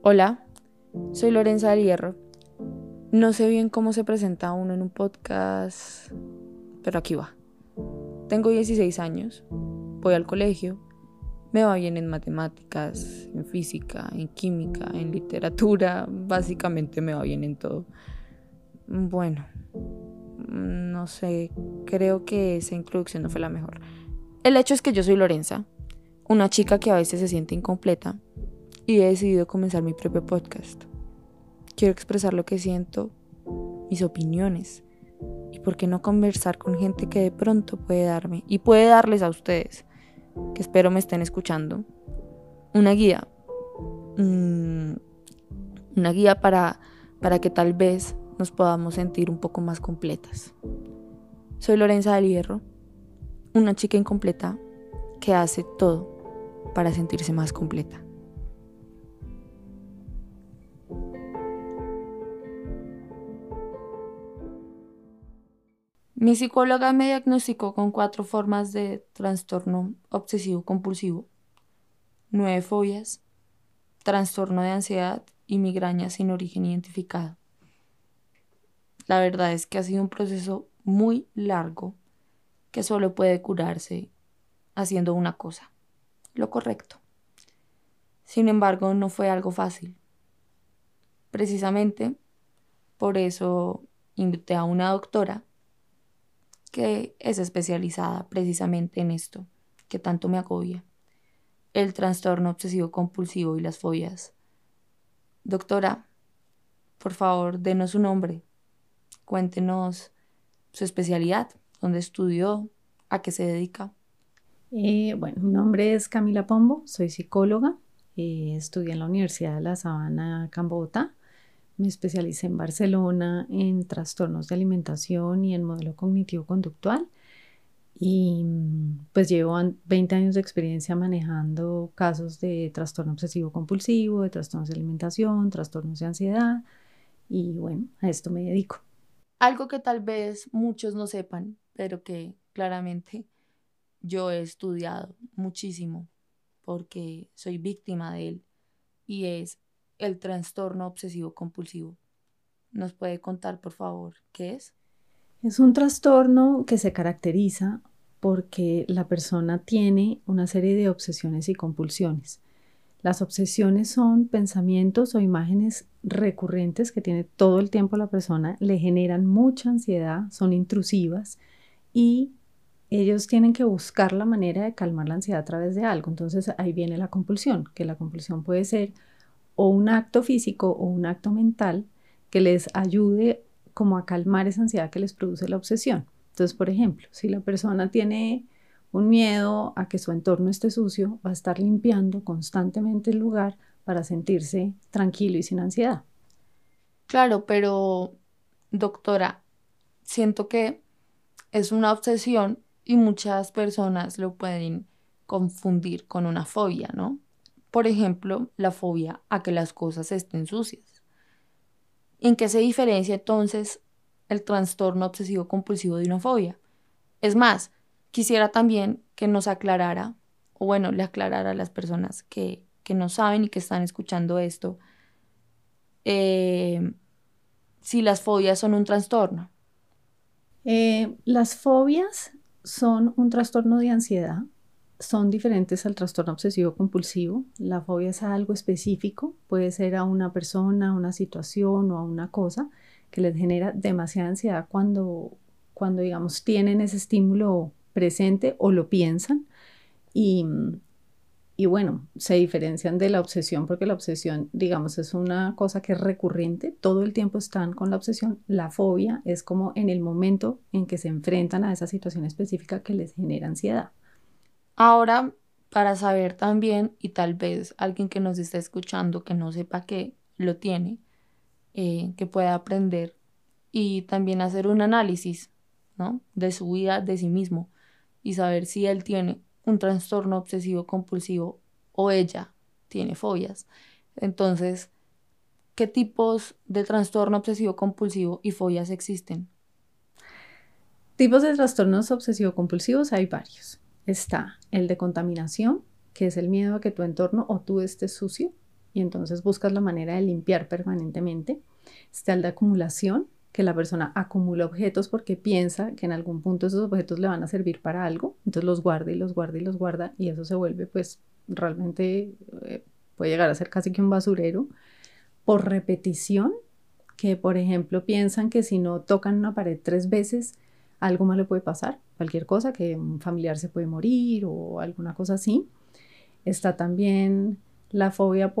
Hola, soy Lorenza del Hierro. No sé bien cómo se presenta uno en un podcast, pero aquí va. Tengo 16 años, voy al colegio, me va bien en matemáticas, en física, en química, en literatura, básicamente me va bien en todo. Bueno, no sé, creo que esa introducción no fue la mejor. El hecho es que yo soy Lorenza, una chica que a veces se siente incompleta y he decidido comenzar mi propio podcast. Quiero expresar lo que siento, mis opiniones y por qué no conversar con gente que de pronto puede darme y puede darles a ustedes, que espero me estén escuchando, una guía. Mmm, una guía para que tal vez nos podamos sentir un poco más completas. Soy Lorenza del Hierro, una chica incompleta que hace todo para sentirse más completa. Mi psicóloga me diagnosticó con 4 formas de trastorno obsesivo compulsivo, 9 fobias, trastorno de ansiedad y migraña sin origen identificado. La verdad es que ha sido un proceso muy largo que solo puede curarse haciendo una cosa, lo correcto. Sin embargo, no fue algo fácil. Precisamente por eso invité a una doctora que es especializada precisamente en esto, que tanto me agobia, el trastorno obsesivo compulsivo y las fobias. Doctora, por favor, denos su nombre, cuéntenos su especialidad, dónde estudió, a qué se dedica. Mi nombre es Camila Pombo, soy psicóloga, estudié en la Universidad de La Sabana, acá en Bogotá. Me especialicé en Barcelona en trastornos de alimentación y en modelo cognitivo-conductual y pues llevo 20 años de experiencia manejando casos de trastorno obsesivo-compulsivo, de trastornos de alimentación, trastornos de ansiedad y bueno, a esto me dedico. Algo que tal vez muchos no sepan, pero que claramente yo he estudiado muchísimo porque soy víctima de él y es el trastorno obsesivo compulsivo. ¿Nos puede contar, por favor, qué es? Es un trastorno que se caracteriza porque la persona tiene una serie de obsesiones y compulsiones. Las obsesiones son pensamientos o imágenes recurrentes que tiene todo el tiempo la persona, le generan mucha ansiedad, son intrusivas y ellos tienen que buscar la manera de calmar la ansiedad a través de algo. Entonces ahí viene la compulsión, que la compulsión puede ser o un acto físico o un acto mental que les ayude como a calmar esa ansiedad que les produce la obsesión. Entonces, por ejemplo, si la persona tiene un miedo a que su entorno esté sucio, va a estar limpiando constantemente el lugar para sentirse tranquilo y sin ansiedad. Claro, pero doctora, siento que es una obsesión y muchas personas lo pueden confundir con una fobia, ¿no? Por ejemplo, la fobia a que las cosas estén sucias. ¿En qué se diferencia entonces el trastorno obsesivo compulsivo de una fobia? Es más, quisiera también que nos aclarara, o bueno, le aclarara a las personas que no saben y que están escuchando esto, eh, si las fobias son un trastorno. Las fobias son un trastorno de ansiedad, son diferentes al trastorno obsesivo compulsivo. La fobia es a algo específico, puede ser a una persona, a una situación o a una cosa que les genera demasiada ansiedad cuando digamos, tienen ese estímulo presente o lo piensan. Y, y bueno, se diferencian de la obsesión porque la obsesión, digamos, es una cosa que es recurrente, todo el tiempo están con la obsesión. La fobia es como en el momento en que se enfrentan a esa situación específica que les genera ansiedad. Ahora, para saber también, y tal vez alguien que nos esté escuchando que no sepa que lo tiene, que pueda aprender y también hacer un análisis, ¿no? De su vida, de sí mismo, y saber si él tiene un trastorno obsesivo compulsivo o ella tiene fobias. Entonces, ¿qué tipos de trastorno obsesivo compulsivo y fobias existen? Tipos de trastornos obsesivo-compulsivos hay varios. Está el de contaminación, que es el miedo a que tu entorno o tú estés sucio. y entonces buscas la manera de limpiar permanentemente. Está el de acumulación, que la persona acumula objetos porque piensa que en algún punto esos objetos le van a servir para algo, entonces los guarda y los guarda y los guarda y eso se vuelve pues realmente puede llegar a ser casi que un basurero. Por repetición, que por ejemplo piensan que si no tocan una pared 3 veces algo malo puede pasar, cualquier cosa, que un familiar se puede morir o alguna cosa así. Está también la fobia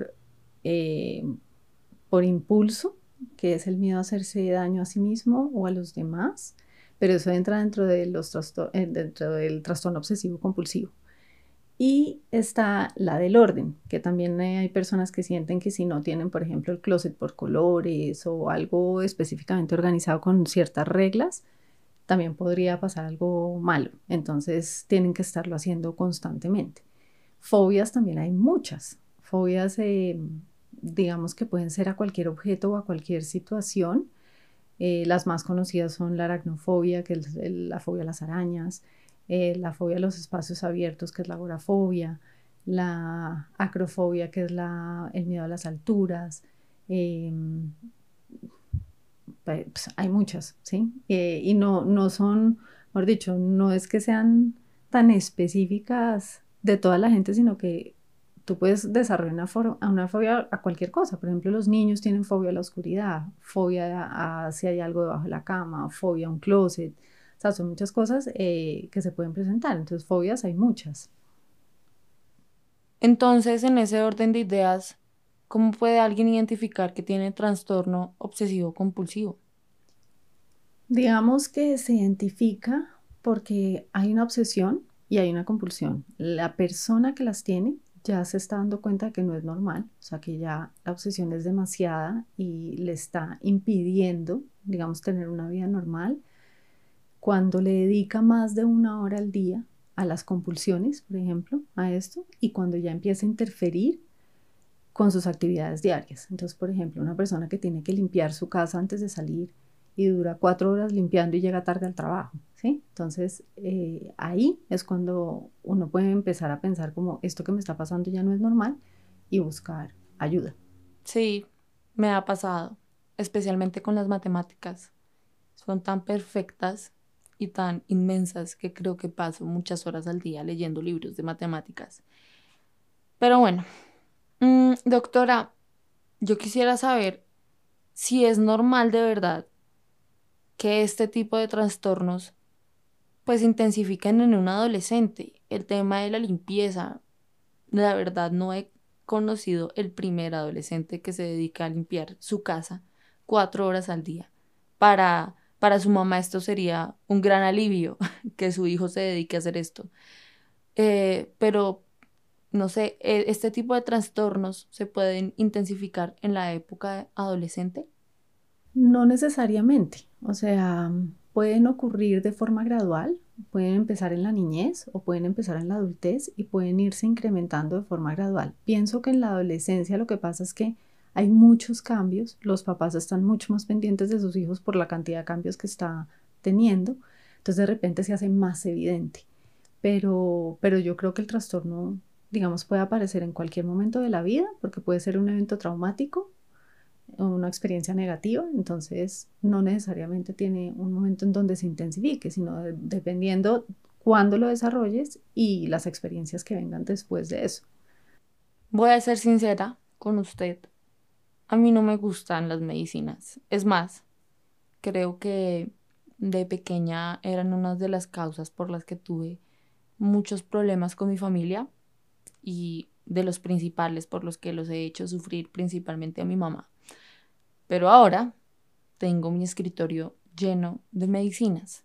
por impulso, que es el miedo a hacerse daño a sí mismo o a los demás, pero eso entra dentro del trastorno obsesivo compulsivo. Y está la del orden, que también hay personas que sienten que si no tienen, por ejemplo, el closet por colores o algo específicamente organizado con ciertas reglas, también podría pasar algo malo. Entonces tienen que estarlo haciendo constantemente. Fobias también hay muchas. Fobias, digamos que pueden ser a cualquier objeto o a cualquier situación. Las más conocidas son la aracnofobia, que es la fobia a las arañas, la fobia a los espacios abiertos, que es la agorafobia, la acrofobia, que es el miedo a las alturas. Pues, hay muchas, ¿sí? Y no son, mejor dicho, no es que sean tan específicas de toda la gente, sino que tú puedes desarrollar una fobia a cualquier cosa. Por ejemplo, los niños tienen fobia a la oscuridad, fobia a si hay algo debajo de la cama, fobia a un closet. O sea, son muchas cosas que se pueden presentar. Entonces, fobias hay muchas. Entonces, en ese orden de ideas, ¿cómo puede alguien identificar que tiene trastorno obsesivo compulsivo? Digamos que se identifica porque hay una obsesión y hay una compulsión. La persona que las tiene ya se está dando cuenta de que no es normal, o sea que ya la obsesión es demasiada y le está impidiendo, digamos, tener una vida normal. Cuando le dedica más de 1 hora al día a las compulsiones, por ejemplo, a esto, y cuando ya empieza a interferir con sus actividades diarias. Entonces, por ejemplo, una persona que tiene que limpiar su casa antes de salir y dura 4 horas limpiando y llega tarde al trabajo, ¿sí? Entonces, ahí es cuando uno puede empezar a pensar como esto que me está pasando ya no es normal y buscar ayuda. Sí, me ha pasado, especialmente con las matemáticas. Son tan perfectas y tan inmensas que creo que paso muchas horas al día leyendo libros de matemáticas. Pero bueno, doctora, yo quisiera saber si es normal de verdad que este tipo de trastornos pues intensifiquen en un adolescente. El tema de la limpieza, la verdad no he conocido el primer adolescente que se dedica a limpiar su casa 4 horas al día. Para su mamá esto sería un gran alivio que su hijo se dedique a hacer esto. Pero, no sé, ¿este tipo de trastornos se pueden intensificar en la época adolescente? No necesariamente, o sea, pueden ocurrir de forma gradual, pueden empezar en la niñez o pueden empezar en la adultez y pueden irse incrementando de forma gradual. Pienso que en la adolescencia lo que pasa es que hay muchos cambios, los papás están mucho más pendientes de sus hijos por la cantidad de cambios que está teniendo, entonces de repente se hace más evidente, pero yo creo que el trastorno, digamos, puede aparecer en cualquier momento de la vida porque puede ser un evento traumático una experiencia negativa, entonces no necesariamente tiene un momento en donde se intensifique, sino dependiendo cuándo lo desarrolles y las experiencias que vengan después de eso. Voy a ser sincera con usted. A mí no me gustan las medicinas. Es más, creo que de pequeña eran una de las causas por las que tuve muchos problemas con mi familia y de los principales por los que los he hecho sufrir principalmente a mi mamá. Pero ahora tengo mi escritorio lleno de medicinas.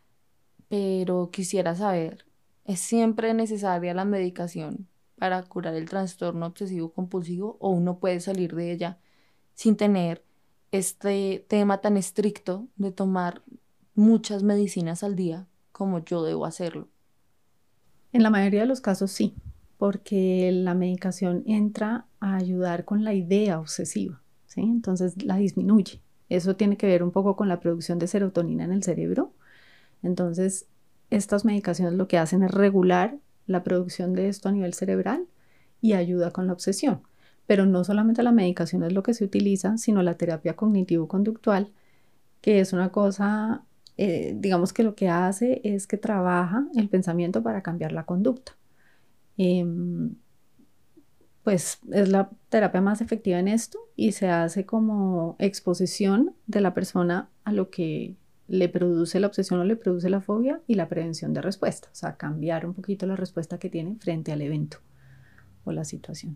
Pero quisiera saber, ¿es siempre necesaria la medicación para curar el trastorno obsesivo compulsivo o uno puede salir de ella sin tener este tema tan estricto de tomar muchas medicinas al día como yo debo hacerlo? En la mayoría de los casos sí, porque la medicación entra a ayudar con la idea obsesiva, ¿sí? Entonces la disminuye. Eso tiene que ver un poco con la producción de serotonina en el cerebro. Entonces, estas medicaciones lo que hacen es regular la producción de esto a nivel cerebral y ayuda con la obsesión. Pero no solamente la medicación es lo que se utiliza, sino la terapia cognitivo-conductual, que es una cosa, digamos que lo que hace es que trabaja el pensamiento para cambiar la conducta. Em, pues es la terapia más efectiva en esto y se hace como exposición de la persona a lo que le produce la obsesión o le produce la fobia y la prevención de respuesta, o sea, cambiar un poquito la respuesta que tiene frente al evento o la situación.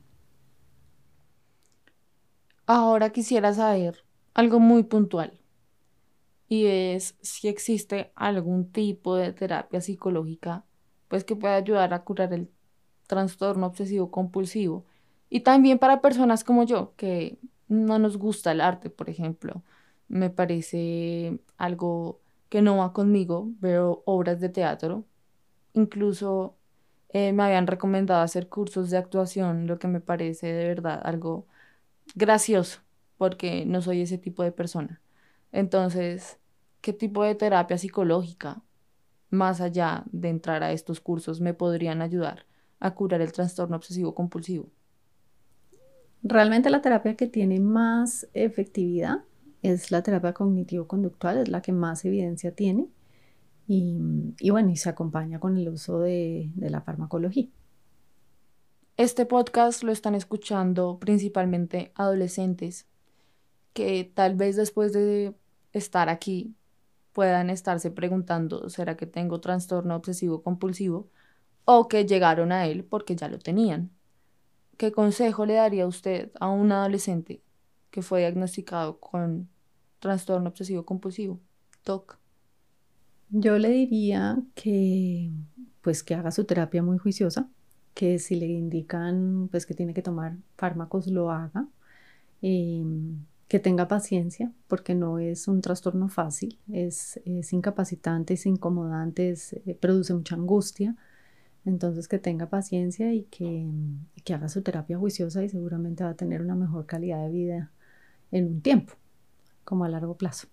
Ahora quisiera saber algo muy puntual y es si existe algún tipo de terapia psicológica pues que pueda ayudar a curar el trastorno obsesivo compulsivo y también para personas como yo que no nos gusta el arte, por ejemplo. Me parece algo que no va conmigo, veo obras de teatro, incluso me habían recomendado hacer cursos de actuación, lo que me parece de verdad algo gracioso, porque no soy ese tipo de persona. Entonces, ¿qué tipo de terapia psicológica, más allá de entrar a estos cursos, me podrían ayudar a curar el trastorno obsesivo compulsivo? Realmente la terapia que tiene más efectividad es la terapia cognitivo-conductual, es la que más evidencia tiene y bueno, y se acompaña con el uso de la farmacología. Este podcast lo están escuchando principalmente adolescentes que tal vez después de estar aquí puedan estarse preguntando, ¿será que tengo trastorno obsesivo compulsivo? O que llegaron a él porque ya lo tenían. ¿Qué consejo le daría usted a un adolescente que fue diagnosticado con trastorno obsesivo compulsivo? TOC. Yo le diría que pues que haga su terapia muy juiciosa, que si le indican pues que tiene que tomar fármacos lo haga, que tenga paciencia porque no es un trastorno fácil, es incapacitante, es incomodante, produce mucha angustia, entonces que tenga paciencia y que haga su terapia juiciosa y seguramente va a tener una mejor calidad de vida en un tiempo, como a largo plazo.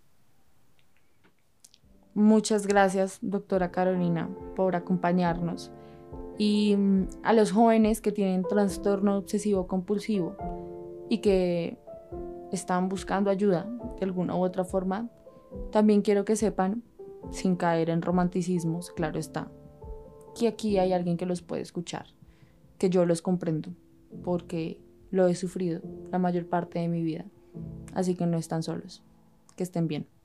Muchas gracias, doctora Carolina, por acompañarnos. Y a los jóvenes que tienen trastorno obsesivo compulsivo y que están buscando ayuda de alguna u otra forma, también quiero que sepan, sin caer en romanticismos, claro está, que aquí hay alguien que los puede escuchar, que yo los comprendo, porque lo he sufrido la mayor parte de mi vida. Así que no están solos. Que estén bien.